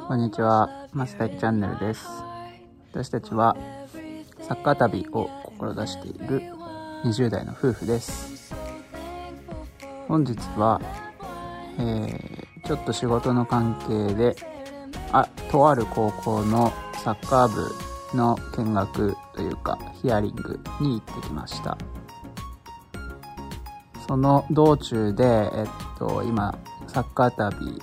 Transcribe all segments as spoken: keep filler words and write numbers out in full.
こんにちは、マスタイチャンネルです。私たちはサッカー旅を志しているにじゅう代の夫婦です。本日は、えー、ちょっと仕事の関係であとある高校のサッカー部の見学というかヒアリングに行ってきました。その道中で、えっと、今サッカー旅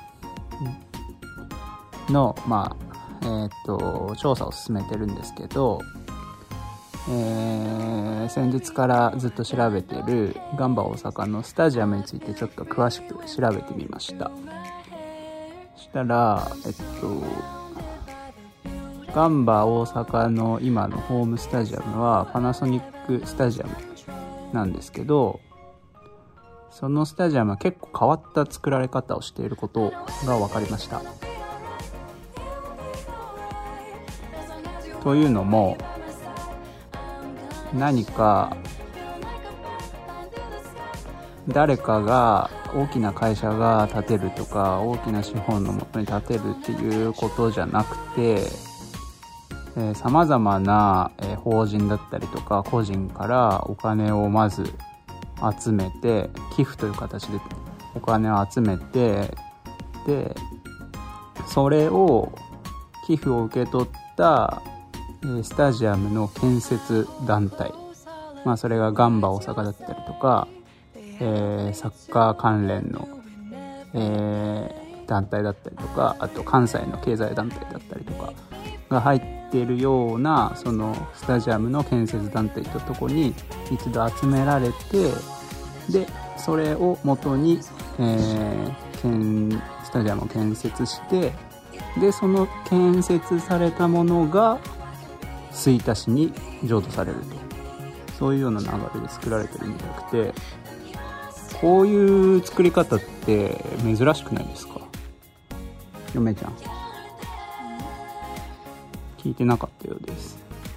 の、まあえー、っと調査を進めてるんですけど、えー、先日からずっと調べてるガンバ大阪のスタジアムについてちょっと詳しく調べてみました。そしたら、えっと、ガンバ大阪の今のホームスタジアムはパナソニックスタジアムなんですけど、そのスタジアムは結構変わった作られ方をしていることが分かりました。というのも、何か誰かが大きな会社が建てるとか大きな資本のもとに建てるっていうことじゃなくて、さまざまな、えー、法人だったりとか個人からお金をまず集めて、寄付という形でお金を集めて、でそれを寄付を受け取ったスタジアムの建設団体、まあそれがガンバ大阪だったりとか、えー、サッカー関連の、えー、団体だったりとか、あと関西の経済団体だったりとかが入っているようなそのスタジアムの建設団体ととこに一度集められて、でそれを元に、えー、スタジアムを建設して、でその建設されたものが吹田市に譲渡されると、そういうような流れで作られてるんじゃなくて、こういう作り方って珍しくないですか？嫁ちゃん聞いてなかったようです。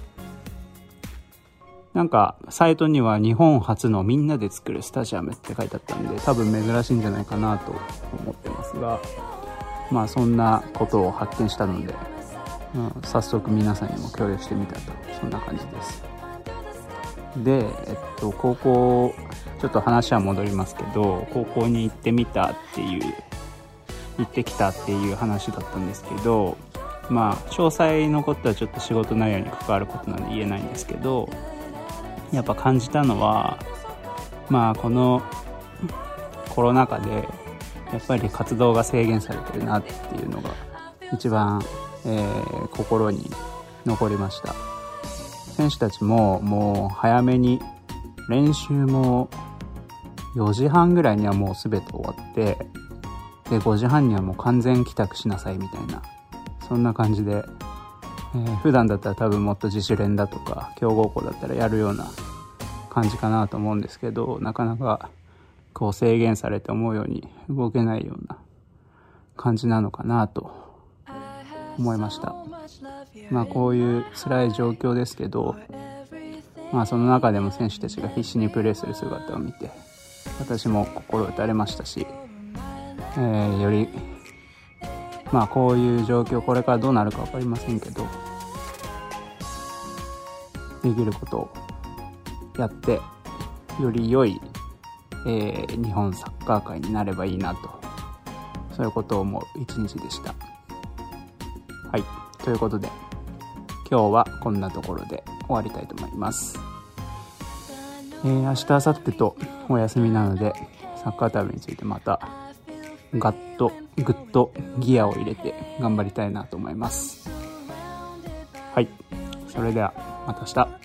なんかサイトには日本初のみんなで作るスタジアムって書いてあったんで、多分珍しいんじゃないかなと思ってますが、まあそんなことを発見したので、うん、早速皆さんにも共有してみたと、そんな感じです。で、えっと高校ちょっと話は戻りますけど、高校に行ってみたっていう行ってきたっていう話だったんですけど、まあ詳細のことはちょっと仕事内容に関わることなんで言えないんですけど、やっぱ感じたのは、まあこのコロナ禍でやっぱり活動が制限されてるなっていうのが一番、えー、心に残りました。選手たちももう早めに練習もよじはんぐらいにはもう全て終わって、でごじはんにはもう完全帰宅しなさいみたいな、そんな感じで、えー、普段だったら多分もっと自主練だとか強豪校だったらやるような感じかなと思うんですけど、なかなかこう制限されて思うように動けないような感じなのかなと思いました。まあこういう辛い状況ですけど、まあその中でも選手たちが必死にプレーする姿を見て私も心打たれましたし、えー、よりまあこういう状況これからどうなるか分かりませんけど、できることをやってより良い、えー、日本サッカー界になればいいなと、そういうことを思う一日でした。はい、ということで今日はこんなところで終わりたいと思います。えー、明日明後日とお休みなのでサッカー旅についてまたガッとグッとギアを入れて頑張りたいなと思います。はい、それではまた明日。